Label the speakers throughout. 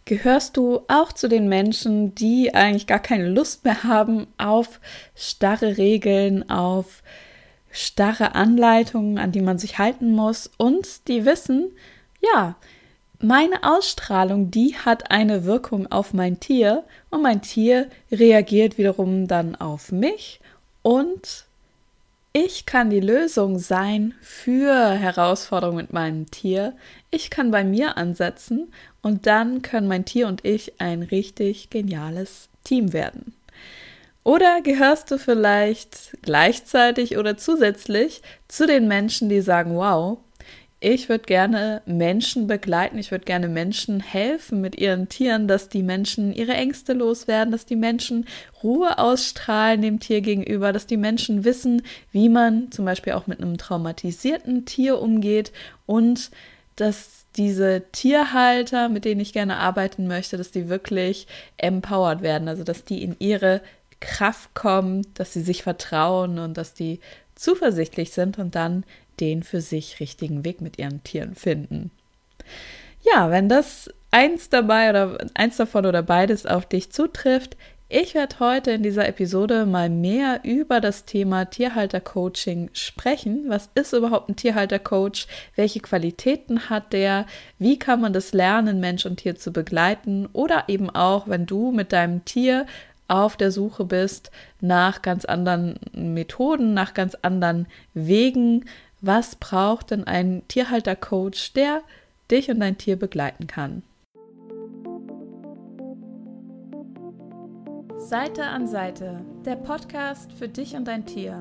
Speaker 1: Gehörst du auch zu den Menschen, die eigentlich gar keine Lust mehr haben auf starre Regeln, auf starre Anleitungen, an die man sich halten muss und die wissen, ja, meine Ausstrahlung, die hat eine Wirkung auf mein Tier und mein Tier reagiert wiederum dann auf mich und ich kann die Lösung sein für Herausforderungen mit meinem Tier. Ich kann bei mir ansetzen und dann können mein Tier und ich ein richtig geniales Team werden. Oder gehörst du vielleicht gleichzeitig oder zusätzlich zu den Menschen, die sagen, wow, ich würde gerne Menschen begleiten, ich würde gerne Menschen helfen mit ihren Tieren, dass die Menschen ihre Ängste loswerden, dass die Menschen Ruhe ausstrahlen dem Tier gegenüber, dass die Menschen wissen, wie man zum Beispiel auch mit einem traumatisierten Tier umgeht und dass diese Tierhalter, mit denen ich gerne arbeiten möchte, dass die wirklich empowered werden, also dass die in ihre Kraft kommen, dass sie sich vertrauen und dass die zuversichtlich sind und dann den für sich richtigen Weg mit ihren Tieren finden. Ja, wenn das eins davon oder beides auf dich zutrifft, ich werde heute in dieser Episode mal mehr über das Thema Tierhalter-Coaching sprechen. Was ist überhaupt ein Tierhalter-Coach? Welche Qualitäten hat der? Wie kann man das lernen, Mensch und Tier zu begleiten? Oder eben auch, wenn du mit deinem Tier auf der Suche bist nach ganz anderen Methoden, nach ganz anderen Wegen. Was braucht denn ein Tierhalter-Coach, der dich und dein Tier begleiten kann? Seite an Seite, der Podcast für dich und dein Tier.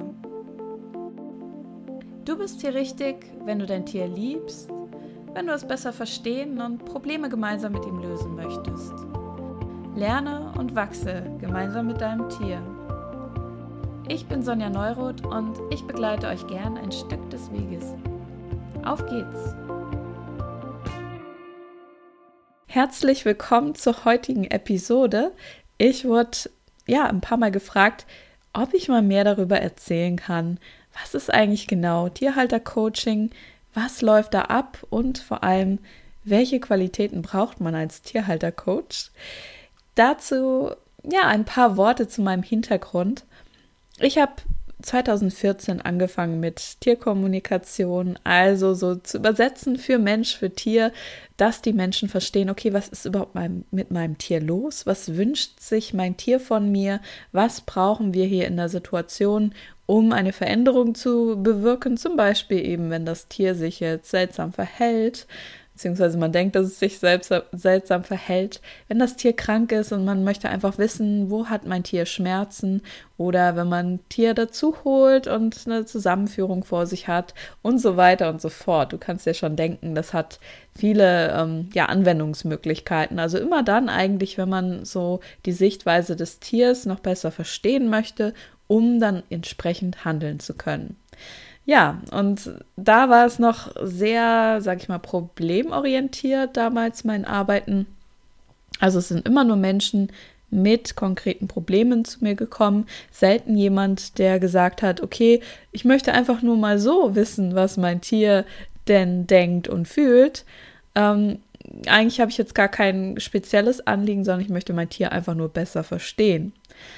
Speaker 1: Du bist hier richtig, wenn du dein Tier liebst, wenn du es besser verstehen und Probleme gemeinsam mit ihm lösen möchtest. Lerne und wachse gemeinsam mit deinem Tier. Ich bin Sonja Neuroth und ich begleite euch gern ein Stück des Weges. Auf geht's! Herzlich willkommen zur heutigen Episode. Ich wurde ein paar Mal gefragt, ob ich mal mehr darüber erzählen kann. Was ist eigentlich genau Tierhalter-Coaching? Was läuft da ab? Und vor allem, welche Qualitäten braucht man als Tierhalter-Coach? Dazu ein paar Worte zu meinem Hintergrund. Ich habe 2014 angefangen mit Tierkommunikation, also so zu übersetzen für Mensch, für Tier, dass die Menschen verstehen, okay, was ist überhaupt mit meinem Tier los? Was wünscht sich mein Tier von mir? Was brauchen wir hier in der Situation, um eine Veränderung zu bewirken? Zum Beispiel eben, wenn das Tier sich jetzt seltsam verhält, beziehungsweise man denkt, dass es sich seltsam verhält, wenn das Tier krank ist und man möchte einfach wissen, wo hat mein Tier Schmerzen, oder wenn man ein Tier dazu holt und eine Zusammenführung vor sich hat und so weiter und so fort. Du kannst dir schon denken, das hat viele Anwendungsmöglichkeiten. Also immer dann eigentlich, wenn man so die Sichtweise des Tiers noch besser verstehen möchte, um dann entsprechend handeln zu können. Ja, und da war es noch sehr, problemorientiert damals mein Arbeiten. Also es sind immer nur Menschen mit konkreten Problemen zu mir gekommen. Selten jemand, der gesagt hat, okay, ich möchte einfach nur mal so wissen, was mein Tier denn denkt und fühlt. Eigentlich habe ich jetzt gar kein spezielles Anliegen, sondern ich möchte mein Tier einfach nur besser verstehen.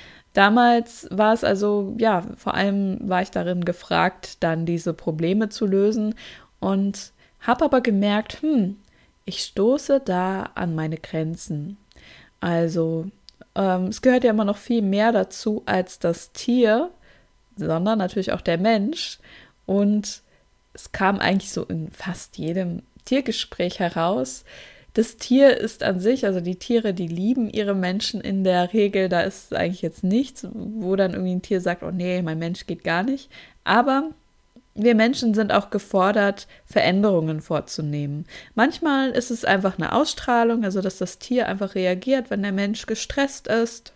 Speaker 1: Damals war es vor allem war ich darin gefragt, dann diese Probleme zu lösen und habe aber gemerkt, ich stoße da an meine Grenzen. Also es gehört ja immer noch viel mehr dazu als das Tier, sondern natürlich auch der Mensch. Und es kam eigentlich so in fast jedem Tiergespräch heraus, das Tier ist an sich, also die Tiere, die lieben ihre Menschen in der Regel, da ist eigentlich jetzt nichts, wo dann irgendwie ein Tier sagt, oh nee, mein Mensch geht gar nicht. Aber wir Menschen sind auch gefordert, Veränderungen vorzunehmen. Manchmal ist es einfach eine Ausstrahlung, also dass das Tier einfach reagiert, wenn der Mensch gestresst ist.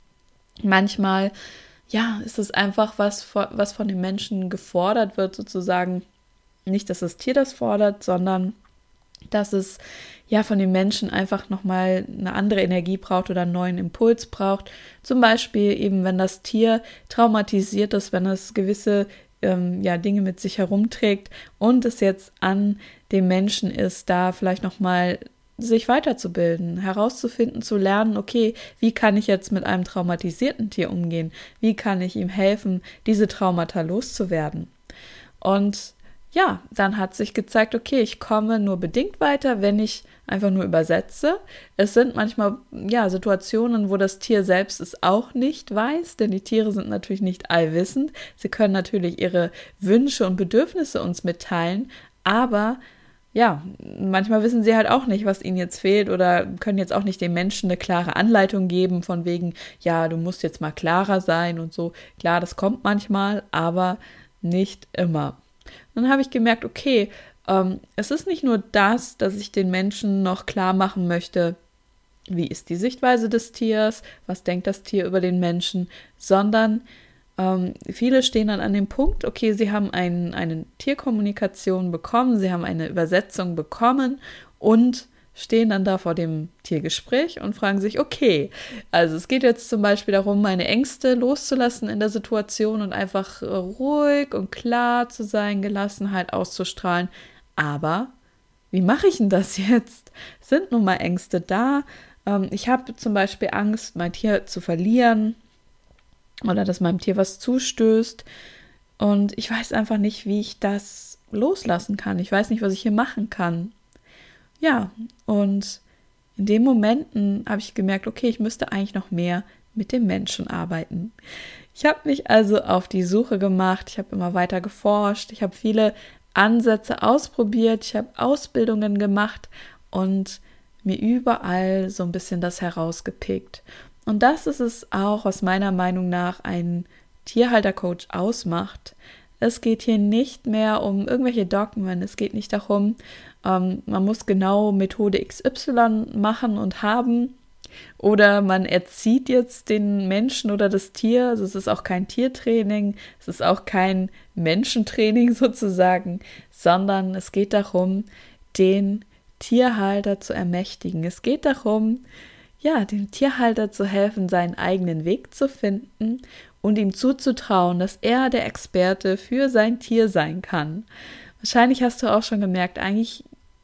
Speaker 1: Manchmal, ist es einfach was von dem Menschen gefordert wird, sozusagen. Nicht, dass das Tier das fordert, sondern dass es von den Menschen einfach nochmal eine andere Energie braucht oder einen neuen Impuls braucht. Zum Beispiel eben, wenn das Tier traumatisiert ist, wenn es gewisse Dinge mit sich herumträgt und es jetzt an dem Menschen ist, da vielleicht nochmal sich weiterzubilden, herauszufinden, zu lernen, okay, wie kann ich jetzt mit einem traumatisierten Tier umgehen? Wie kann ich ihm helfen, diese Traumata loszuwerden? Und ja, dann hat sich gezeigt, okay, ich komme nur bedingt weiter, wenn ich einfach nur übersetze. Es sind manchmal Situationen, wo das Tier selbst es auch nicht weiß, denn die Tiere sind natürlich nicht allwissend. Sie können natürlich ihre Wünsche und Bedürfnisse uns mitteilen, aber ja, manchmal wissen sie halt auch nicht, was ihnen jetzt fehlt oder können jetzt auch nicht den Menschen eine klare Anleitung geben von wegen, ja, du musst jetzt mal klarer sein und so. Klar, das kommt manchmal, aber nicht immer. Dann habe ich gemerkt, okay, es ist nicht nur das, dass ich den Menschen noch klar machen möchte, wie ist die Sichtweise des Tiers, was denkt das Tier über den Menschen, sondern viele stehen dann an dem Punkt, okay, sie haben eine Tierkommunikation bekommen, sie haben eine Übersetzung bekommen und stehen dann da vor dem Tiergespräch und fragen sich, okay, also es geht jetzt zum Beispiel darum, meine Ängste loszulassen in der Situation und einfach ruhig und klar zu sein, Gelassenheit auszustrahlen. Aber wie mache ich denn das jetzt? Sind nun mal Ängste da? Ich habe zum Beispiel Angst, mein Tier zu verlieren oder dass meinem Tier was zustößt. Und ich weiß einfach nicht, wie ich das loslassen kann. Ich weiß nicht, was ich hier machen kann. Ja, und in den Momenten habe ich gemerkt, okay, ich müsste eigentlich noch mehr mit dem Menschen arbeiten. Ich habe mich also auf die Suche gemacht, ich habe immer weiter geforscht, ich habe viele Ansätze ausprobiert, ich habe Ausbildungen gemacht und mir überall so ein bisschen das herausgepickt. Und das ist es auch, was meiner Meinung nach ein Tierhaltercoach ausmacht. Es geht hier nicht mehr um irgendwelche Dogmen, es geht nicht darum, man muss genau Methode XY machen und haben oder man erzieht jetzt den Menschen oder das Tier. Also es ist auch kein Tiertraining, es ist auch kein Menschentraining sozusagen, sondern es geht darum, den Tierhalter zu ermächtigen. Es geht darum, dem Tierhalter zu helfen, seinen eigenen Weg zu finden und ihm zuzutrauen, dass er der Experte für sein Tier sein kann. Wahrscheinlich hast du auch schon gemerkt, eigentlich,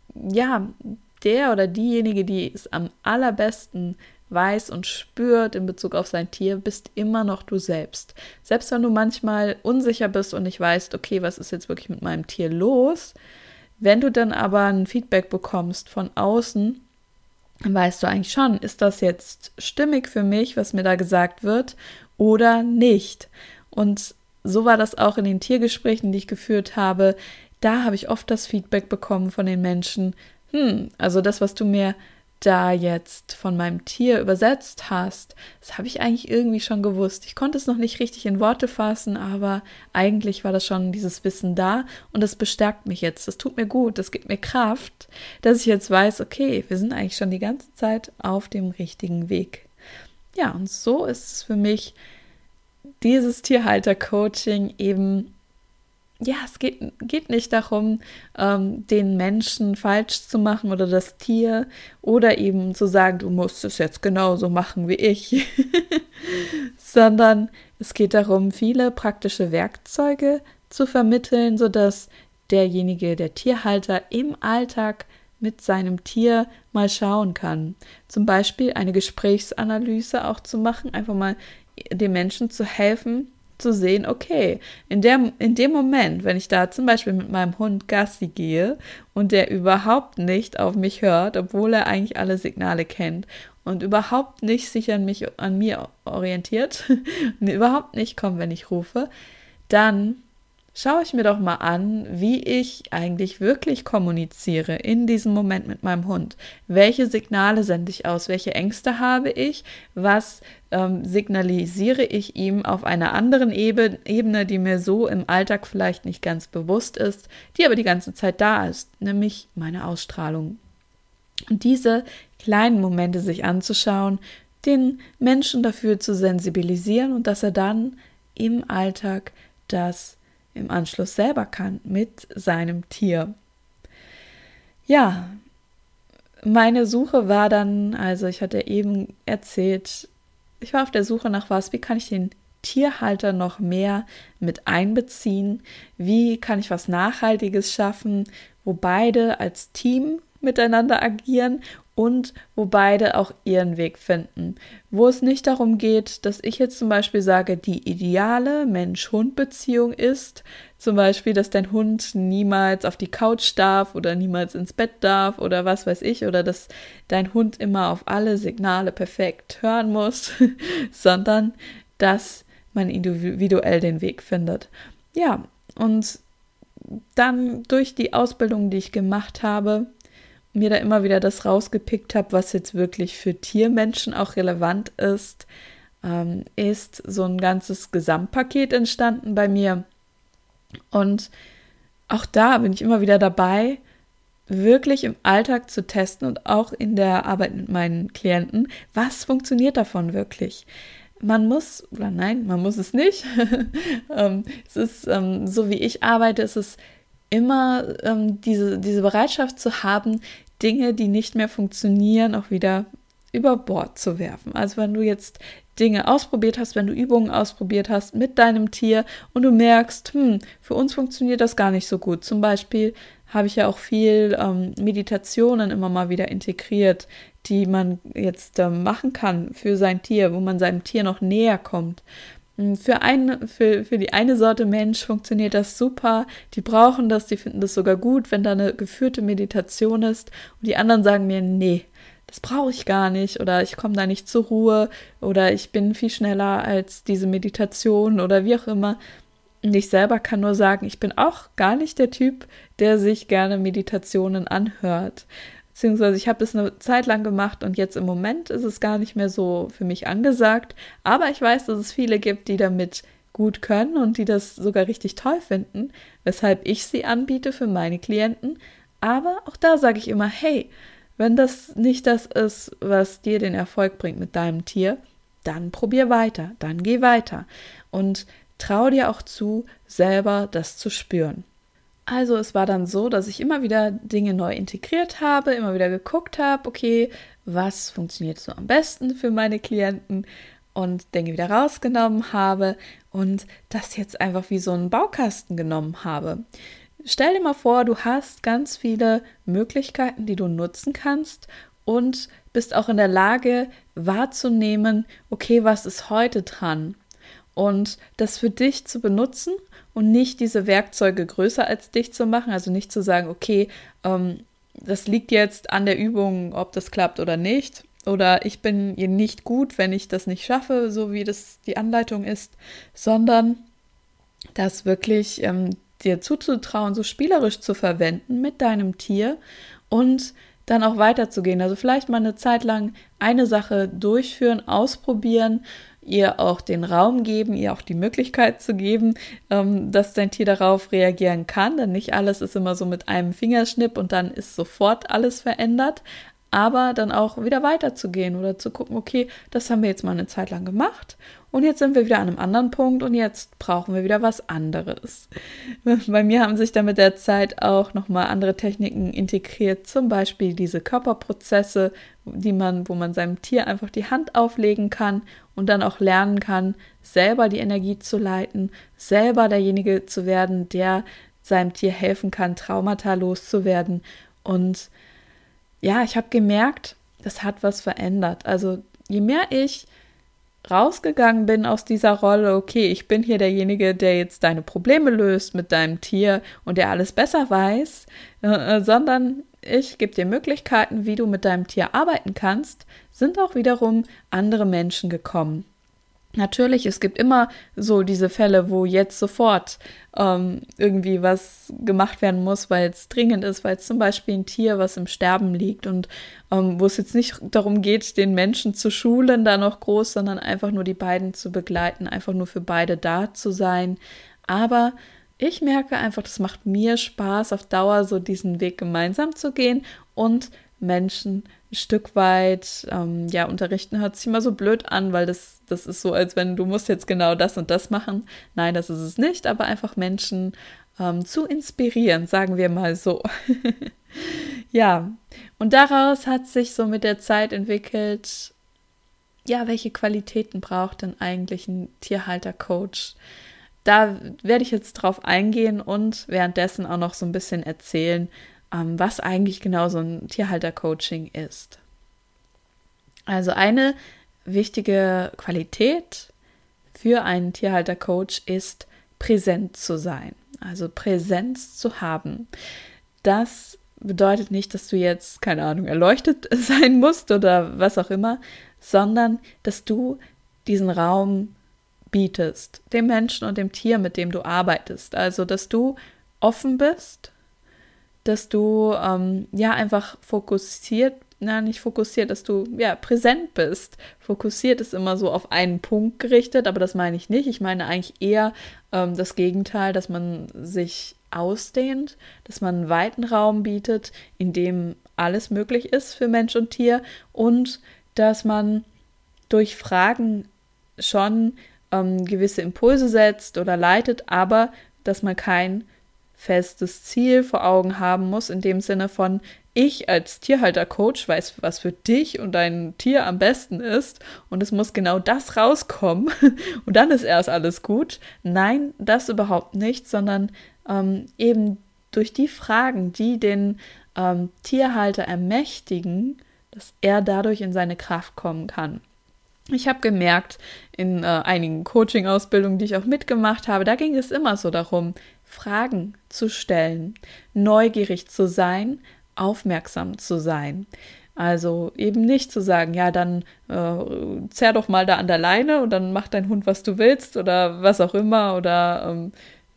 Speaker 1: der oder diejenige, die es am allerbesten weiß und spürt in Bezug auf sein Tier, bist immer noch du selbst. Selbst wenn du manchmal unsicher bist und nicht weißt, okay, was ist jetzt wirklich mit meinem Tier los, wenn du dann aber ein Feedback bekommst von außen, dann weißt du eigentlich schon, ist das jetzt stimmig für mich, was mir da gesagt wird, oder nicht. Und so war das auch in den Tiergesprächen, die ich geführt habe. Da habe ich oft das Feedback bekommen von den Menschen, also das, was du mir da jetzt von meinem Tier übersetzt hast, das habe ich eigentlich irgendwie schon gewusst. Ich konnte es noch nicht richtig in Worte fassen, aber eigentlich war das schon dieses Wissen da und das bestärkt mich jetzt. Das tut mir gut, das gibt mir Kraft, dass ich jetzt weiß, okay, wir sind eigentlich schon die ganze Zeit auf dem richtigen Weg. Ja, und so ist es für mich dieses Tierhalter-Coaching eben. Ja, es geht nicht darum, den Menschen falsch zu machen oder das Tier oder eben zu sagen, du musst es jetzt genauso machen wie ich, sondern es geht darum, viele praktische Werkzeuge zu vermitteln, sodass derjenige, der Tierhalter im Alltag mit seinem Tier mal schauen kann. Zum Beispiel eine Gesprächsanalyse auch zu machen, einfach mal dem Menschen zu helfen, zu sehen, okay, in dem Moment, wenn ich da zum Beispiel mit meinem Hund Gassi gehe und der überhaupt nicht auf mich hört, obwohl er eigentlich alle Signale kennt und überhaupt nicht sich an mir orientiert und überhaupt nicht kommt, wenn ich rufe, dann schaue ich mir doch mal an, wie ich eigentlich wirklich kommuniziere in diesem Moment mit meinem Hund. Welche Signale sende ich aus? Welche Ängste habe ich? Was signalisiere ich ihm auf einer anderen Ebene, die mir so im Alltag vielleicht nicht ganz bewusst ist, die aber die ganze Zeit da ist, nämlich meine Ausstrahlung. Und diese kleinen Momente sich anzuschauen, den Menschen dafür zu sensibilisieren und dass er dann im Alltag das im Anschluss selber kann mit seinem Tier. Ja, meine Suche war dann, also ich hatte eben erzählt, ich war auf der Suche nach wie kann ich den Tierhalter noch mehr mit einbeziehen, wie kann ich was Nachhaltiges schaffen, wo beide als Team miteinander agieren und wo beide auch ihren Weg finden. Wo es nicht darum geht, dass ich jetzt zum Beispiel sage, die ideale Mensch-Hund-Beziehung ist, zum Beispiel, dass dein Hund niemals auf die Couch darf oder niemals ins Bett darf oder was weiß ich, oder dass dein Hund immer auf alle Signale perfekt hören muss, sondern dass man individuell den Weg findet. Ja, und dann durch die Ausbildung, die ich gemacht habe, mir da immer wieder das rausgepickt habe, was jetzt wirklich für Tiermenschen auch relevant ist, ist so ein ganzes Gesamtpaket entstanden bei mir. Und auch da bin ich immer wieder dabei, wirklich im Alltag zu testen und auch in der Arbeit mit meinen Klienten, was funktioniert davon wirklich. Man muss, oder nein, man muss es nicht. Es ist, so wie ich arbeite, ist es immer diese Bereitschaft zu haben, Dinge, die nicht mehr funktionieren, auch wieder über Bord zu werfen. Also wenn du jetzt Dinge ausprobiert hast, wenn du Übungen ausprobiert hast mit deinem Tier und du merkst, für uns funktioniert das gar nicht so gut. Zum Beispiel habe ich ja auch viel Meditationen immer mal wieder integriert, die man jetzt machen kann für sein Tier, wo man seinem Tier noch näher kommt. Für die eine Sorte Mensch funktioniert das super, die brauchen das, die finden das sogar gut, wenn da eine geführte Meditation ist, und die anderen sagen mir, nee, das brauche ich gar nicht, oder ich komme da nicht zur Ruhe, oder ich bin viel schneller als diese Meditation oder wie auch immer. Und ich selber kann nur sagen, ich bin auch gar nicht der Typ, der sich gerne Meditationen anhört. Beziehungsweise ich habe das eine Zeit lang gemacht und jetzt im Moment ist es gar nicht mehr so für mich angesagt. Aber ich weiß, dass es viele gibt, die damit gut können und die das sogar richtig toll finden, weshalb ich sie anbiete für meine Klienten. Aber auch da sage ich immer, hey, wenn das nicht das ist, was dir den Erfolg bringt mit deinem Tier, dann probier weiter, dann geh weiter und trau dir auch zu, selber das zu spüren. Also es war dann so, dass ich immer wieder Dinge neu integriert habe, immer wieder geguckt habe, okay, was funktioniert so am besten für meine Klienten, und Dinge wieder rausgenommen habe und das jetzt einfach wie so einen Baukasten genommen habe. Stell dir mal vor, du hast ganz viele Möglichkeiten, die du nutzen kannst, und bist auch in der Lage wahrzunehmen, okay, was ist heute dran? Und das für dich zu benutzen und nicht diese Werkzeuge größer als dich zu machen, also nicht zu sagen, okay, das liegt jetzt an der Übung, ob das klappt oder nicht, oder ich bin hier nicht gut, wenn ich das nicht schaffe, so wie das die Anleitung ist, sondern das wirklich dir zuzutrauen, so spielerisch zu verwenden mit deinem Tier und dann auch weiterzugehen. Also vielleicht mal eine Zeit lang eine Sache durchführen, ausprobieren, ihr auch den Raum geben, ihr auch die Möglichkeit zu geben, dass dein Tier darauf reagieren kann. Denn nicht alles ist immer so mit einem Fingerschnipp und dann ist sofort alles verändert. Aber dann auch wieder weiterzugehen oder zu gucken, okay, das haben wir jetzt mal eine Zeit lang gemacht und jetzt sind wir wieder an einem anderen Punkt und jetzt brauchen wir wieder was anderes. Bei mir haben sich dann mit der Zeit auch nochmal andere Techniken integriert, zum Beispiel diese Körperprozesse, wo man seinem Tier einfach die Hand auflegen kann und dann auch lernen kann, selber die Energie zu leiten, selber derjenige zu werden, der seinem Tier helfen kann, Traumata loszuwerden. Und ja, ich habe gemerkt, das hat was verändert. Also je mehr ich rausgegangen bin aus dieser Rolle, okay, ich bin hier derjenige, der jetzt deine Probleme löst mit deinem Tier und der alles besser weiß, sondern ich gebe dir Möglichkeiten, wie du mit deinem Tier arbeiten kannst, sind auch wiederum andere Menschen gekommen. Natürlich, es gibt immer so diese Fälle, wo jetzt sofort irgendwie was gemacht werden muss, weil es dringend ist, weil es zum Beispiel ein Tier, was im Sterben liegt und wo es jetzt nicht darum geht, den Menschen zu schulen, da noch groß, sondern einfach nur die beiden zu begleiten, einfach nur für beide da zu sein. Aber ich merke einfach, das macht mir Spaß, auf Dauer so diesen Weg gemeinsam zu gehen und Menschen ein Stück weit unterrichten hört sich immer so blöd an, weil das ist so, als wenn du musst jetzt genau das und das machen. Nein, das ist es nicht, aber einfach Menschen zu inspirieren, sagen wir mal so. Ja, und daraus hat sich so mit der Zeit entwickelt, ja, welche Qualitäten braucht denn eigentlich ein Tierhalter-Coach? Da werde ich jetzt drauf eingehen und währenddessen auch noch so ein bisschen erzählen, was eigentlich genau so ein Tierhalter-Coaching ist. Also eine wichtige Qualität für einen Tierhaltercoach ist, präsent zu sein, also Präsenz zu haben. Das bedeutet nicht, dass du jetzt, keine Ahnung, erleuchtet sein musst oder was auch immer, sondern dass du diesen Raum bietest, dem Menschen und dem Tier, mit dem du arbeitest. Also, dass du offen bist, dass du einfach nicht fokussiert, dass du präsent bist. Fokussiert ist immer so auf einen Punkt gerichtet, aber das meine ich nicht. Ich meine eigentlich eher das Gegenteil, dass man sich ausdehnt, dass man einen weiten Raum bietet, in dem alles möglich ist für Mensch und Tier und dass man durch Fragen schon gewisse Impulse setzt oder leitet, aber dass man kein festes Ziel vor Augen haben muss, in dem Sinne von, ich als Tierhalter-Coach weiß, was für dich und dein Tier am besten ist und es muss genau das rauskommen und dann ist erst alles gut. Nein, das überhaupt nicht, sondern eben durch die Fragen, die den Tierhalter ermächtigen, dass er dadurch in seine Kraft kommen kann. Ich habe gemerkt, in einigen Coaching-Ausbildungen, die ich auch mitgemacht habe, da ging es immer so darum, Fragen zu stellen, neugierig zu sein, aufmerksam zu sein. Also eben nicht zu sagen, ja, dann zerr doch mal da an der Leine und dann mach dein Hund, was du willst oder was auch immer oder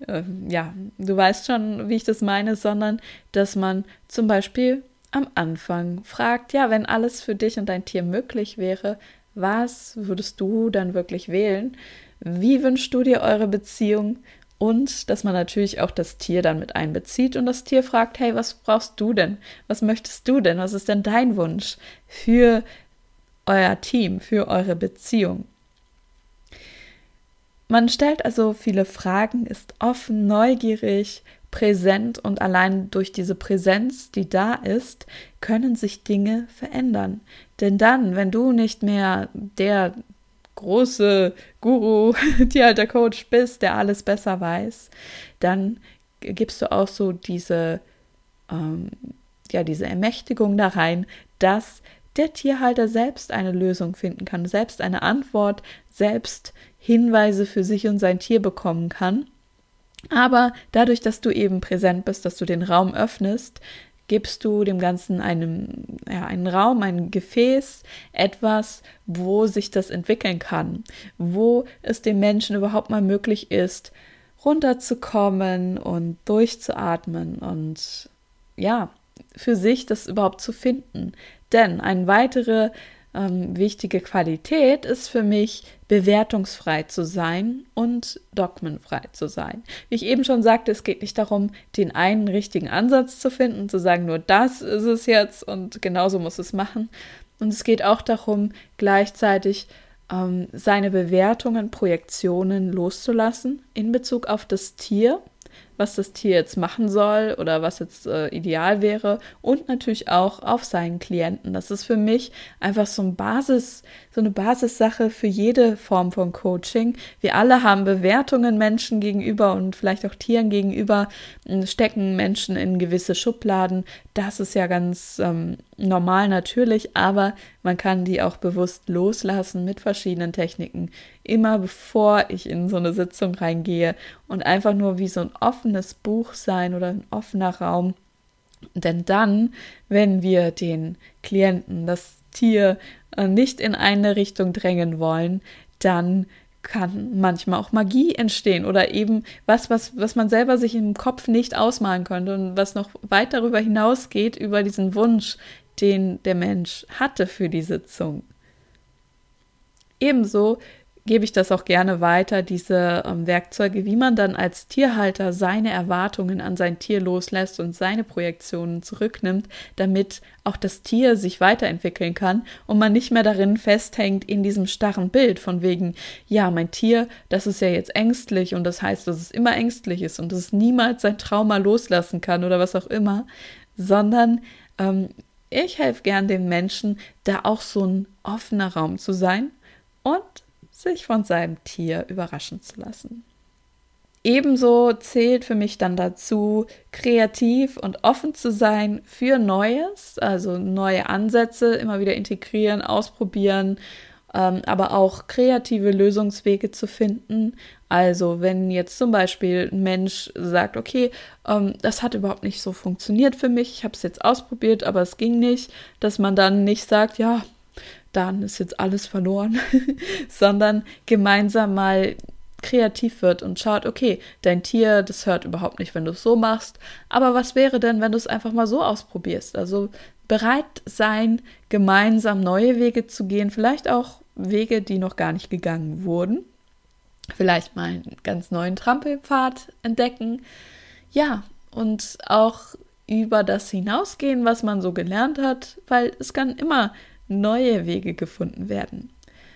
Speaker 1: du weißt schon, wie ich das meine, sondern dass man zum Beispiel am Anfang fragt, ja, wenn alles für dich und dein Tier möglich wäre, was würdest du dann wirklich wählen? Wie wünschst du dir eure Beziehung? Und dass man natürlich auch das Tier dann mit einbezieht und das Tier fragt, hey, was brauchst du denn? Was möchtest du denn? Was ist denn dein Wunsch für euer Team, für eure Beziehung? Man stellt also viele Fragen, ist offen, neugierig, präsent und allein durch diese Präsenz, die da ist, können sich Dinge verändern. Denn dann, wenn du nicht mehr der große Guru, Tierhalter-Coach bist, der alles besser weiß, dann gibst du auch so diese Ermächtigung da rein, dass der Tierhalter selbst eine Lösung finden kann, selbst eine Antwort, selbst Hinweise für sich und sein Tier bekommen kann. Aber dadurch, dass du eben präsent bist, dass du den Raum öffnest, gibst du dem Ganzen einen Raum, ein Gefäß, etwas, wo sich das entwickeln kann, wo es dem Menschen überhaupt mal möglich ist, runterzukommen und durchzuatmen und für sich das überhaupt zu finden. Denn eine weitere wichtige Qualität ist für mich, bewertungsfrei zu sein und dogmenfrei zu sein. Wie ich eben schon sagte, es geht nicht darum, den einen richtigen Ansatz zu finden, zu sagen, nur das ist es jetzt und genauso muss es machen. Und es geht auch darum, gleichzeitig seine Bewertungen, Projektionen loszulassen in Bezug auf das Tier, was das Tier jetzt machen soll oder was jetzt ideal wäre und natürlich auch auf seinen Klienten. Das ist für mich einfach so eine Basissache für jede Form von Coaching. Wir alle haben Bewertungen Menschen gegenüber und vielleicht auch Tieren gegenüber, stecken Menschen in gewisse Schubladen. Das ist ja ganz normal natürlich, aber man kann die auch bewusst loslassen mit verschiedenen Techniken, immer bevor ich in so eine Sitzung reingehe und einfach nur wie so ein offenes Buch sein oder ein offener Raum. Denn dann, wenn wir den Klienten, das Tier nicht in eine Richtung drängen wollen, dann kann manchmal auch Magie entstehen oder eben was man selber sich im Kopf nicht ausmalen könnte und was noch weit darüber hinausgeht, über diesen Wunsch, den der Mensch hatte für die Sitzung. Ebenso gebe ich das auch gerne weiter, diese Werkzeuge, wie man dann als Tierhalter seine Erwartungen an sein Tier loslässt und seine Projektionen zurücknimmt, damit auch das Tier sich weiterentwickeln kann und man nicht mehr darin festhängt in diesem starren Bild von wegen, ja, mein Tier, das ist ja jetzt ängstlich und das heißt, dass es immer ängstlich ist und dass es niemals sein Trauma loslassen kann oder was auch immer, sondern ich helfe gern den Menschen, da auch so ein offener Raum zu sein und sich von seinem Tier überraschen zu lassen. Ebenso zählt für mich dann dazu, kreativ und offen zu sein für Neues, also neue Ansätze immer wieder integrieren, ausprobieren, aber auch kreative Lösungswege zu finden. Also wenn jetzt zum Beispiel ein Mensch sagt, okay, das hat überhaupt nicht so funktioniert für mich, ich habe es jetzt ausprobiert, aber es ging nicht, dass man dann nicht sagt, ja, dann ist jetzt alles verloren, sondern gemeinsam mal kreativ wird und schaut, okay, dein Tier, das hört überhaupt nicht, wenn du es so machst, aber was wäre denn, wenn du es einfach mal so ausprobierst? Also bereit sein, gemeinsam neue Wege zu gehen, vielleicht auch Wege, die noch gar nicht gegangen wurden, vielleicht mal einen ganz neuen Trampelpfad entdecken, ja, und auch über das hinausgehen, was man so gelernt hat, weil es kann immer neue Wege gefunden werden.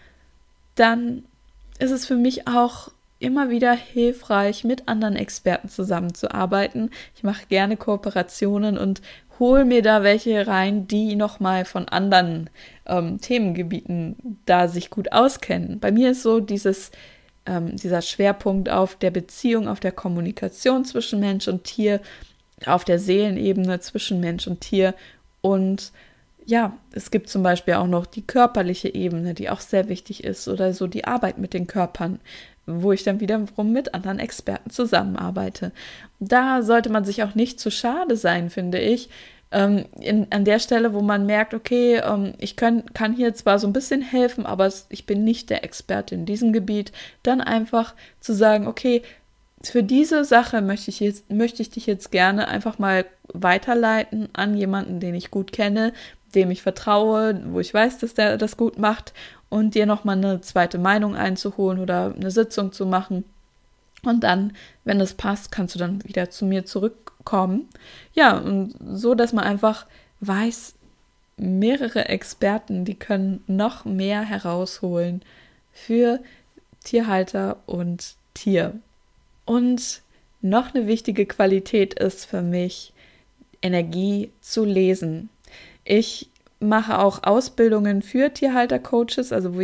Speaker 1: Dann ist es für mich auch immer wieder hilfreich, mit anderen Experten zusammenzuarbeiten. Ich mache gerne Kooperationen und hole mir da welche rein, die nochmal von anderen Themengebieten da sich gut auskennen. Bei mir ist so dieser Schwerpunkt auf der Beziehung, auf der Kommunikation zwischen Mensch und Tier, auf der Seelenebene zwischen Mensch und Tier. Und ja, es gibt zum Beispiel auch noch die körperliche Ebene, die auch sehr wichtig ist, oder so die Arbeit mit den Körpern, wo ich dann wiederum mit anderen Experten zusammenarbeite. Da sollte man sich auch nicht zu schade sein, finde ich, an der Stelle, wo man merkt, okay, ich kann hier zwar so ein bisschen helfen, aber ich bin nicht der Experte in diesem Gebiet, dann einfach zu sagen, okay, für diese Sache möchte ich dich jetzt gerne einfach mal weiterleiten an jemanden, den ich gut kenne, dem ich vertraue, wo ich weiß, dass der das gut macht, und dir nochmal eine zweite Meinung einzuholen oder eine Sitzung zu machen. Und dann, wenn es passt, kannst du dann wieder zu mir zurückkommen. Ja, und so, dass man einfach weiß, mehrere Experten, die können noch mehr herausholen für Tierhalter und Tier. Und noch eine wichtige Qualität ist für mich, Energie zu lesen. Ich mache auch Ausbildungen für Tierhalter-Coaches, also wo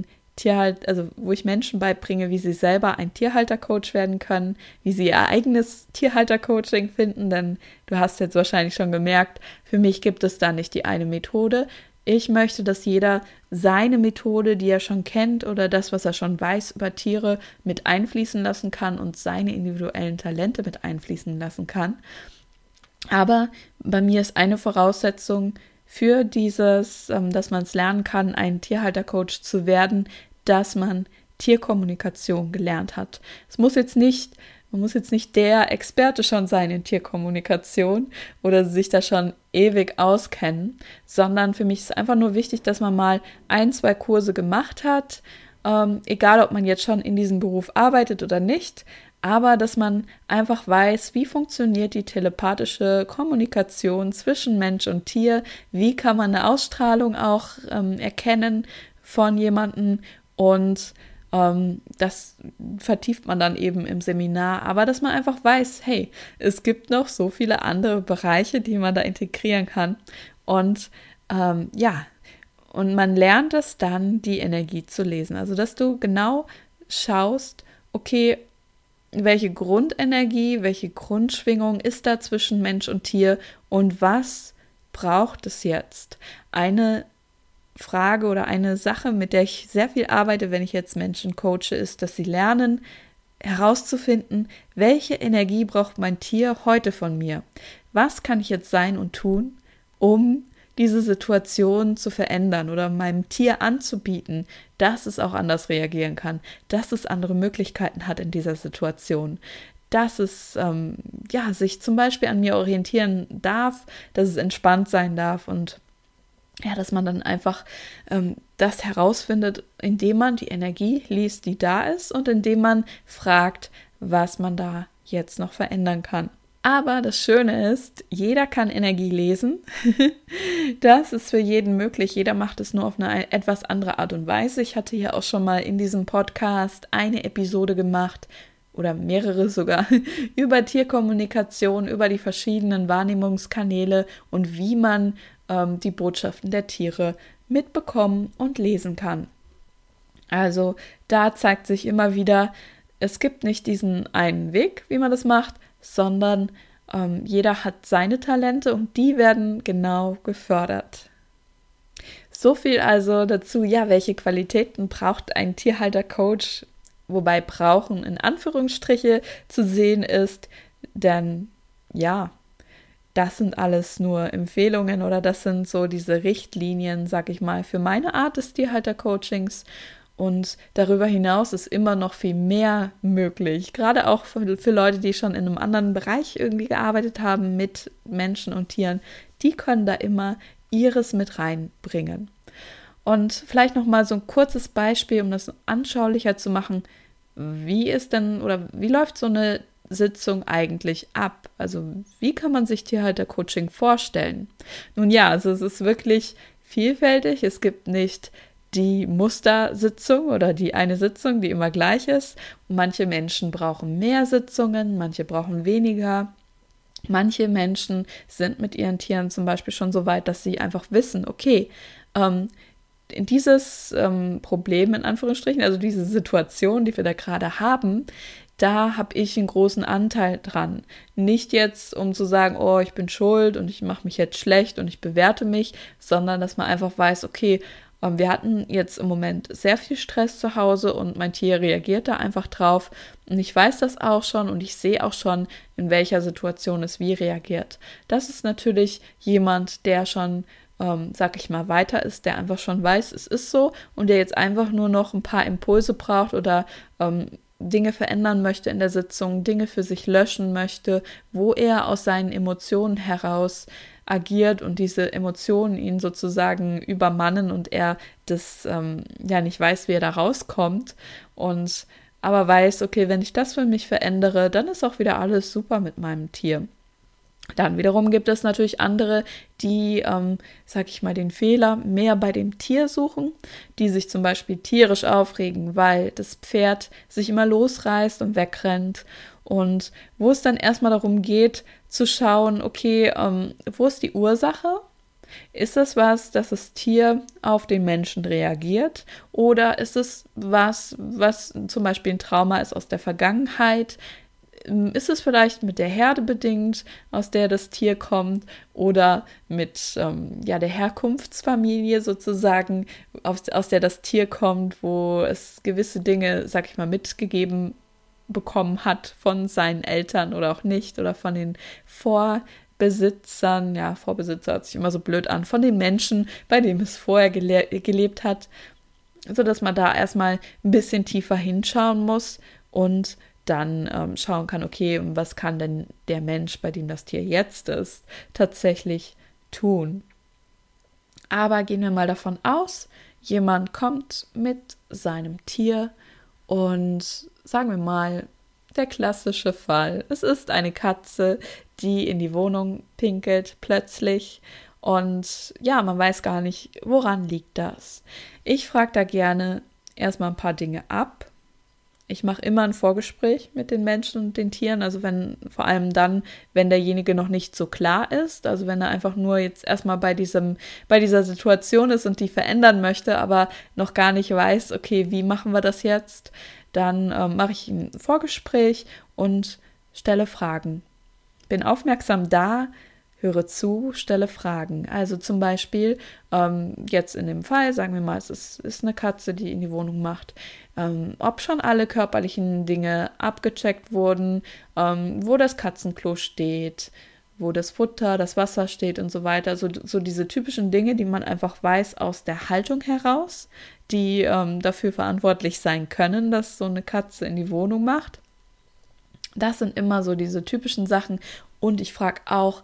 Speaker 1: ich Menschen beibringe, wie sie selber ein Tierhalter-Coach werden können, wie sie ihr eigenes Tierhalter-Coaching finden, denn du hast jetzt wahrscheinlich schon gemerkt, für mich gibt es da nicht die eine Methode. Ich möchte, dass jeder seine Methode, die er schon kennt oder das, was er schon weiß über Tiere, mit einfließen lassen kann und seine individuellen Talente mit einfließen lassen kann. Aber bei mir ist eine Voraussetzung für dieses, dass man es lernen kann, ein Tierhaltercoach zu werden, dass man Tierkommunikation gelernt hat. Man muss jetzt nicht der Experte schon sein in Tierkommunikation oder sich da schon ewig auskennen, sondern für mich ist einfach nur wichtig, dass man mal 1-2 Kurse gemacht hat, egal ob man jetzt schon in diesem Beruf arbeitet oder nicht, aber dass man einfach weiß, wie funktioniert die telepathische Kommunikation zwischen Mensch und Tier, wie kann man eine Ausstrahlung auch erkennen von jemandem, und das vertieft man dann eben im Seminar, aber dass man einfach weiß, hey, es gibt noch so viele andere Bereiche, die man da integrieren kann, und und man lernt es dann, die Energie zu lesen, also dass du genau schaust, okay, welche Grundenergie, welche Grundschwingung ist da zwischen Mensch und Tier und was braucht es jetzt? Eine Frage oder eine Sache, mit der ich sehr viel arbeite, wenn ich jetzt Menschen coache, ist, dass sie lernen, herauszufinden, welche Energie braucht mein Tier heute von mir? Was kann ich jetzt sein und tun, um diese Situation zu verändern oder meinem Tier anzubieten, dass es auch anders reagieren kann, dass es andere Möglichkeiten hat in dieser Situation, dass es sich zum Beispiel an mir orientieren darf, dass es entspannt sein darf, und ja, dass man dann einfach das herausfindet, indem man die Energie liest, die da ist, und indem man fragt, was man da jetzt noch verändern kann. Aber das Schöne ist, jeder kann Energie lesen. Das ist für jeden möglich. Jeder macht es nur auf eine etwas andere Art und Weise. Ich hatte hier auch schon mal in diesem Podcast eine Episode gemacht, oder mehrere sogar, über Tierkommunikation, über die verschiedenen Wahrnehmungskanäle und wie man die Botschaften der Tiere mitbekommen und lesen kann. Also da zeigt sich immer wieder, es gibt nicht diesen einen Weg, wie man das macht, sondern jeder hat seine Talente und die werden genau gefördert. So viel also dazu, ja, welche Qualitäten braucht ein Tierhalter-Coach, wobei brauchen in Anführungsstriche zu sehen ist, denn ja, das sind alles nur Empfehlungen oder das sind so diese Richtlinien, sag ich mal, für meine Art des Tierhalter-Coachings. Und darüber hinaus ist immer noch viel mehr möglich, gerade auch für Leute, die schon in einem anderen Bereich irgendwie gearbeitet haben mit Menschen und Tieren, die können da immer ihres mit reinbringen. Und vielleicht nochmal so ein kurzes Beispiel, um das anschaulicher zu machen, wie läuft so eine Sitzung eigentlich ab? Also wie kann man sich Tierhalter-Coaching vorstellen? Nun ja, also es ist wirklich vielfältig. Es gibt nicht die Mustersitzung oder die eine Sitzung, die immer gleich ist. Und manche Menschen brauchen mehr Sitzungen, manche brauchen weniger. Manche Menschen sind mit ihren Tieren zum Beispiel schon so weit, dass sie einfach wissen, okay, dieses Problem in Anführungsstrichen, also diese Situation, die wir da gerade haben, da habe ich einen großen Anteil dran. Nicht jetzt, um zu sagen, oh, ich bin schuld und ich mache mich jetzt schlecht und ich bewerte mich, sondern dass man einfach weiß, okay, wir hatten jetzt im Moment sehr viel Stress zu Hause und mein Tier reagiert da einfach drauf. Und ich weiß das auch schon und ich sehe auch schon, in welcher Situation es wie reagiert. Das ist natürlich jemand, der schon, sag ich mal, weiter ist, der einfach schon weiß, es ist so und der jetzt einfach nur noch ein paar Impulse braucht oder Dinge verändern möchte in der Sitzung, Dinge für sich löschen möchte, wo er aus seinen Emotionen heraus agiert und diese Emotionen ihn sozusagen übermannen und er das nicht weiß, wie er da rauskommt und aber weiß, okay, wenn ich das für mich verändere, dann ist auch wieder alles super mit meinem Tier. Dann wiederum gibt es natürlich andere, die, sag ich mal, den Fehler mehr bei dem Tier suchen, die sich zum Beispiel tierisch aufregen, weil das Pferd sich immer losreißt und wegrennt. Und wo es dann erstmal darum geht, zu schauen, okay, wo ist die Ursache? Ist es was, dass das Tier auf den Menschen reagiert? Oder ist es was zum Beispiel ein Trauma ist aus der Vergangenheit? Ist es vielleicht mit der Herde bedingt, aus der das Tier kommt, oder mit der Herkunftsfamilie sozusagen, aus der das Tier kommt, wo es gewisse Dinge, sag ich mal, mitgegeben bekommen hat von seinen Eltern oder auch nicht oder von den Vorbesitzern, ja, Vorbesitzer hört sich immer so blöd an, von den Menschen, bei denen es vorher gelebt hat, sodass man da erstmal ein bisschen tiefer hinschauen muss und dann schauen kann, okay, was kann denn der Mensch, bei dem das Tier jetzt ist, tatsächlich tun. Aber gehen wir mal davon aus, jemand kommt mit seinem Tier und sagen wir mal, der klassische Fall, es ist eine Katze, die in die Wohnung pinkelt plötzlich und ja, man weiß gar nicht, woran liegt das. Ich frage da gerne erstmal ein paar Dinge ab. Ich mache immer ein Vorgespräch mit den Menschen und den Tieren, also vor allem dann, wenn derjenige noch nicht so klar ist, also wenn er einfach nur jetzt erstmal bei dieser Situation ist und die verändern möchte, aber noch gar nicht weiß, okay, wie machen wir das jetzt, dann mache ich ein Vorgespräch und stelle Fragen. Bin aufmerksam da, höre zu, stelle Fragen. Also zum Beispiel, jetzt in dem Fall, sagen wir mal, es ist eine Katze, die in die Wohnung macht, ob schon alle körperlichen Dinge abgecheckt wurden, wo das Katzenklo steht, wo das Futter, das Wasser steht und so weiter. So diese typischen Dinge, die man einfach weiß aus der Haltung heraus, die dafür verantwortlich sein können, dass so eine Katze in die Wohnung macht. Das sind immer so diese typischen Sachen. Und ich frage auch,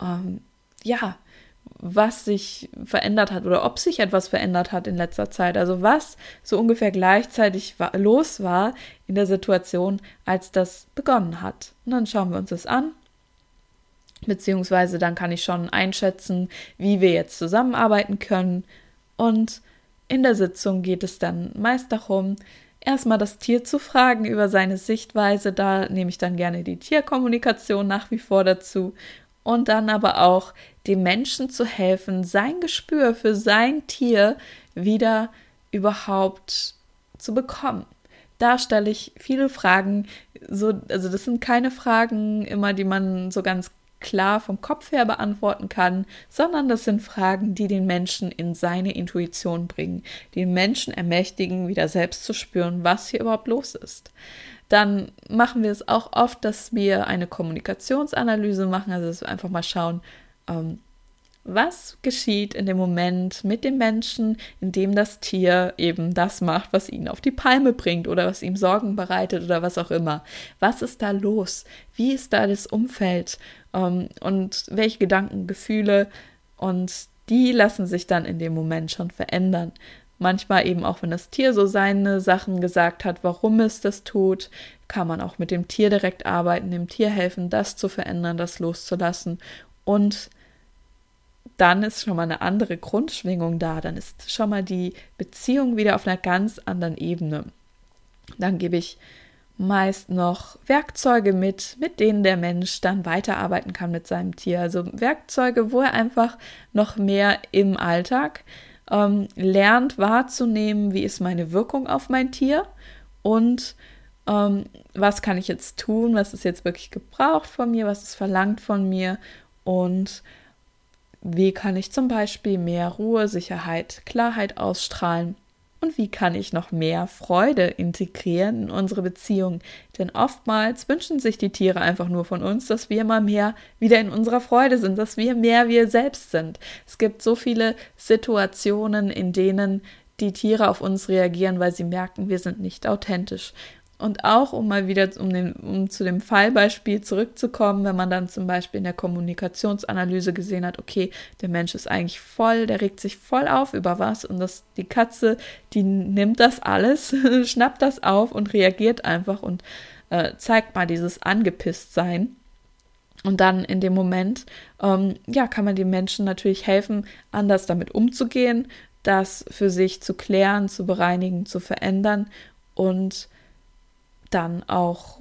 Speaker 1: was sich verändert hat oder ob sich etwas verändert hat in letzter Zeit. Also was so ungefähr gleichzeitig los war in der Situation, als das begonnen hat. Und dann schauen wir uns das an, beziehungsweise dann kann ich schon einschätzen, wie wir jetzt zusammenarbeiten können. Und in der Sitzung geht es dann meist darum, erstmal das Tier zu fragen über seine Sichtweise. Da nehme ich dann gerne die Tierkommunikation nach wie vor dazu. Und dann aber auch dem Menschen zu helfen, sein Gespür für sein Tier wieder überhaupt zu bekommen. da stelle ich viele Fragen, also das sind keine Fragen immer, die man so ganz klar vom Kopf her beantworten kann, sondern das sind Fragen, die den Menschen in seine Intuition bringen, die den Menschen ermächtigen, wieder selbst zu spüren, was hier überhaupt los ist. Dann machen wir es auch oft, dass wir eine Kommunikationsanalyse machen, also dass wir einfach mal schauen, was geschieht in dem Moment mit dem Menschen, in dem das Tier eben das macht, was ihn auf die Palme bringt oder was ihm Sorgen bereitet oder was auch immer. Was ist da los? Wie ist da das Umfeld? Und welche Gedanken, Gefühle? Und die lassen sich dann in dem Moment schon verändern. Manchmal eben auch, wenn das Tier so seine Sachen gesagt hat, warum es das tut, kann man auch mit dem Tier direkt arbeiten, dem Tier helfen, das zu verändern, das loszulassen. Und dann ist schon mal eine andere Grundschwingung da, dann ist schon mal die Beziehung wieder auf einer ganz anderen Ebene. Dann gebe ich meist noch Werkzeuge mit denen der Mensch dann weiterarbeiten kann mit seinem Tier. Also Werkzeuge, wo er einfach noch mehr im Alltag lernt wahrzunehmen, wie ist meine Wirkung auf mein Tier und was kann ich jetzt tun, was ist jetzt wirklich gebraucht von mir, was ist verlangt von mir und wie kann ich zum Beispiel mehr Ruhe, Sicherheit, Klarheit ausstrahlen? Und wie kann ich noch mehr Freude integrieren in unsere Beziehung? Denn oftmals wünschen sich die Tiere einfach nur von uns, dass wir mal mehr wieder in unserer Freude sind, dass wir mehr wir selbst sind. Es gibt so viele Situationen, in denen die Tiere auf uns reagieren, weil sie merken, wir sind nicht authentisch. Und auch, um mal wieder um zu dem Fallbeispiel zurückzukommen, wenn man dann zum Beispiel in der Kommunikationsanalyse gesehen hat, okay, der Mensch ist eigentlich der regt sich voll auf über was und die Katze, die nimmt das alles, schnappt das auf und reagiert einfach und zeigt mal dieses Angepisstsein. Und dann in dem Moment, kann man den Menschen natürlich helfen, anders damit umzugehen, das für sich zu klären, zu bereinigen, zu verändern und dann auch,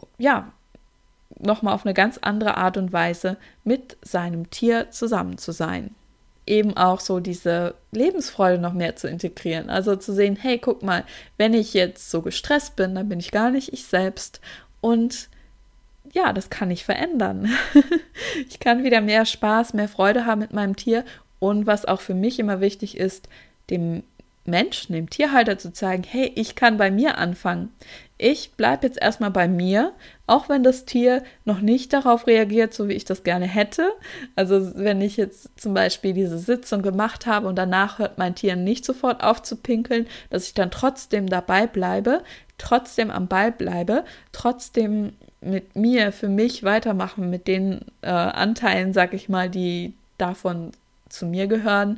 Speaker 1: nochmal auf eine ganz andere Art und Weise mit seinem Tier zusammen zu sein. Eben auch so diese Lebensfreude noch mehr zu integrieren. Also zu sehen, hey, guck mal, wenn ich jetzt so gestresst bin, dann bin ich gar nicht ich selbst. Und ja, das kann ich verändern. Ich kann wieder mehr Spaß, mehr Freude haben mit meinem Tier. Und was auch für mich immer wichtig ist, dem Menschen, dem Tierhalter zu zeigen, hey, ich kann bei mir anfangen. Ich bleibe jetzt erstmal bei mir, auch wenn das Tier noch nicht darauf reagiert, so wie ich das gerne hätte. Also wenn ich jetzt zum Beispiel diese Sitzung gemacht habe und danach hört mein Tier nicht sofort auf zu pinkeln, dass ich dann trotzdem dabei bleibe, trotzdem am Ball bleibe, trotzdem mit mir, für mich weitermachen, mit den Anteilen, sag ich mal, die davon zu mir gehören.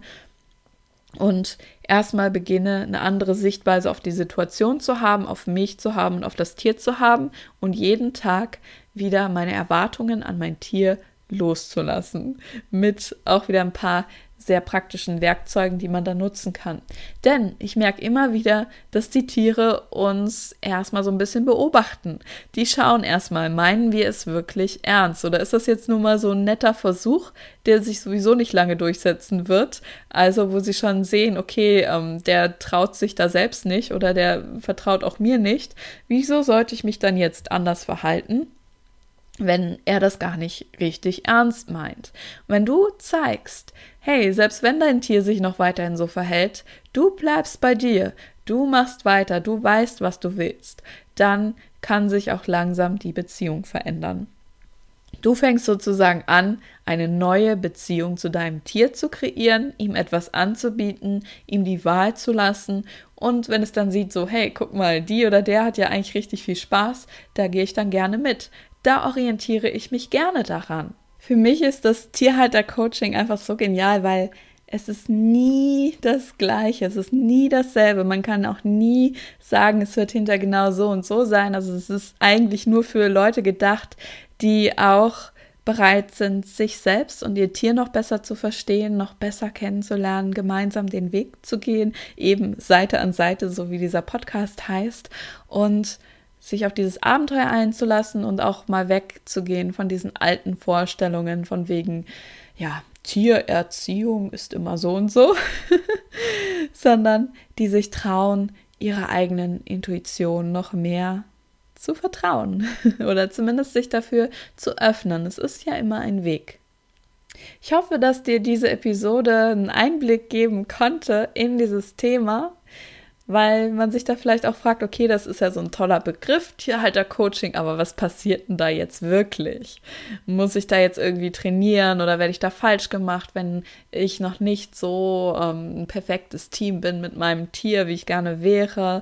Speaker 1: Und erstmal beginne, eine andere Sichtweise auf die Situation zu haben, auf mich zu haben und auf das Tier zu haben und jeden Tag wieder meine Erwartungen an mein Tier loszulassen. Mit auch wieder ein paar sehr praktischen Werkzeugen, die man da nutzen kann. Denn ich merke immer wieder, dass die Tiere uns erstmal so ein bisschen beobachten. Die schauen erstmal, meinen wir es wirklich ernst? Oder ist das jetzt nur mal so ein netter Versuch, der sich sowieso nicht lange durchsetzen wird? Also wo sie schon sehen, okay, der traut sich da selbst nicht oder der vertraut auch mir nicht. Wieso sollte ich mich dann jetzt anders verhalten, wenn er das gar nicht richtig ernst meint? Und wenn du zeigst, hey, selbst wenn dein Tier sich noch weiterhin so verhält, du bleibst bei dir, du machst weiter, du weißt, was du willst, dann kann sich auch langsam die Beziehung verändern. Du fängst sozusagen an, eine neue Beziehung zu deinem Tier zu kreieren, ihm etwas anzubieten, ihm die Wahl zu lassen und wenn es dann sieht so, hey, guck mal, die oder der hat ja eigentlich richtig viel Spaß, da gehe ich dann gerne mit. Da orientiere ich mich gerne daran. Für mich ist das Tierhalter-Coaching einfach so genial, weil es ist nie das Gleiche, es ist nie dasselbe. Man kann auch nie sagen, es wird hinter genau so und so sein. Also es ist eigentlich nur für Leute gedacht, die auch bereit sind, sich selbst und ihr Tier noch besser zu verstehen, noch besser kennenzulernen, gemeinsam den Weg zu gehen, eben Seite an Seite, so wie dieser Podcast heißt, und sich auf dieses Abenteuer einzulassen und auch mal wegzugehen von diesen alten Vorstellungen von wegen, ja, Tiererziehung ist immer so und so, sondern die sich trauen, ihrer eigenen Intuition noch mehr zu vertrauen oder zumindest sich dafür zu öffnen. Es ist ja immer ein Weg. Ich hoffe, dass dir diese Episode einen Einblick geben konnte in dieses Thema, weil man sich da vielleicht auch fragt, okay, das ist ja so ein toller Begriff, Tierhalter-Coaching, aber was passiert denn da jetzt wirklich? Muss ich da jetzt irgendwie trainieren oder werde ich da falsch gemacht, wenn ich noch nicht so ein perfektes Team bin mit meinem Tier, wie ich gerne wäre?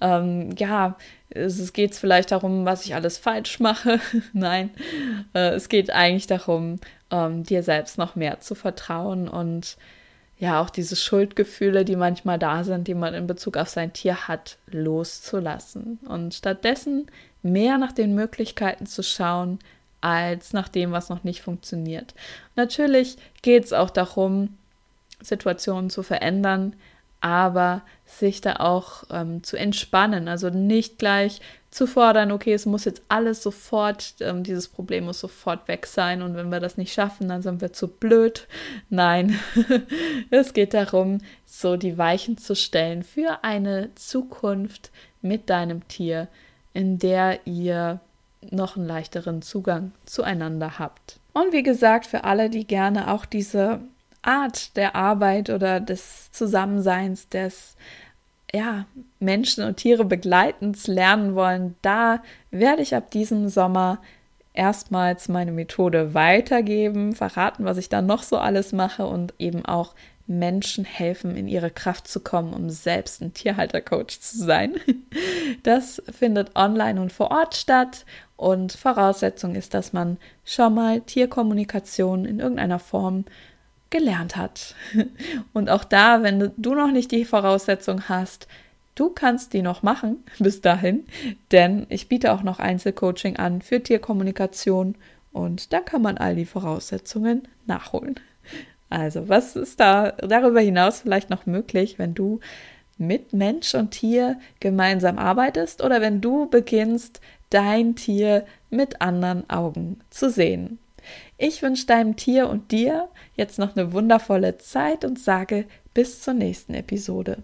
Speaker 1: Es geht vielleicht darum, was ich alles falsch mache. Nein, es geht eigentlich darum, dir selbst noch mehr zu vertrauen und ja, auch diese Schuldgefühle, die manchmal da sind, die man in Bezug auf sein Tier hat, loszulassen und stattdessen mehr nach den Möglichkeiten zu schauen, als nach dem, was noch nicht funktioniert. Natürlich geht es auch darum, Situationen zu verändern, aber sich da auch zu entspannen, also nicht gleich zu fordern, okay, es muss jetzt alles sofort, dieses Problem muss sofort weg sein und wenn wir das nicht schaffen, dann sind wir zu blöd. Nein, es geht darum, so die Weichen zu stellen für eine Zukunft mit deinem Tier, in der ihr noch einen leichteren Zugang zueinander habt. Und wie gesagt, für alle, die gerne auch diese Art der Arbeit oder des Zusammenseins, des Menschen und Tiere begleitens lernen wollen, da werde ich ab diesem Sommer erstmals meine Methode weitergeben, verraten, was ich da noch so alles mache und eben auch Menschen helfen, in ihre Kraft zu kommen, um selbst ein Tierhaltercoach zu sein. Das findet online und vor Ort statt und Voraussetzung ist, dass man schon mal Tierkommunikation in irgendeiner Form gelernt hat. Und auch da, wenn du noch nicht die Voraussetzung hast, du kannst die noch machen bis dahin, denn ich biete auch noch Einzelcoaching an für Tierkommunikation und da kann man all die Voraussetzungen nachholen. Also, was ist da darüber hinaus vielleicht noch möglich, wenn du mit Mensch und Tier gemeinsam arbeitest oder wenn du beginnst, dein Tier mit anderen Augen zu sehen? Ich wünsche deinem Tier und dir jetzt noch eine wundervolle Zeit und sage bis zur nächsten Episode.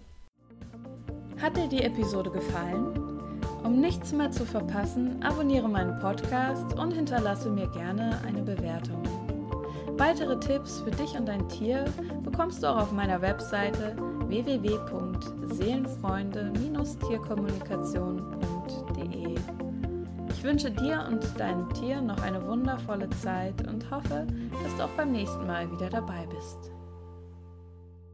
Speaker 1: Hat dir die Episode gefallen? Um nichts mehr zu verpassen, abonniere meinen Podcast und hinterlasse mir gerne eine Bewertung. Weitere Tipps für dich und dein Tier bekommst du auch auf meiner Webseite www.seelenfreunde-tierkommunikation.de. Ich wünsche dir und deinem Tier noch eine wundervolle Zeit und hoffe, dass du auch beim nächsten Mal wieder dabei bist.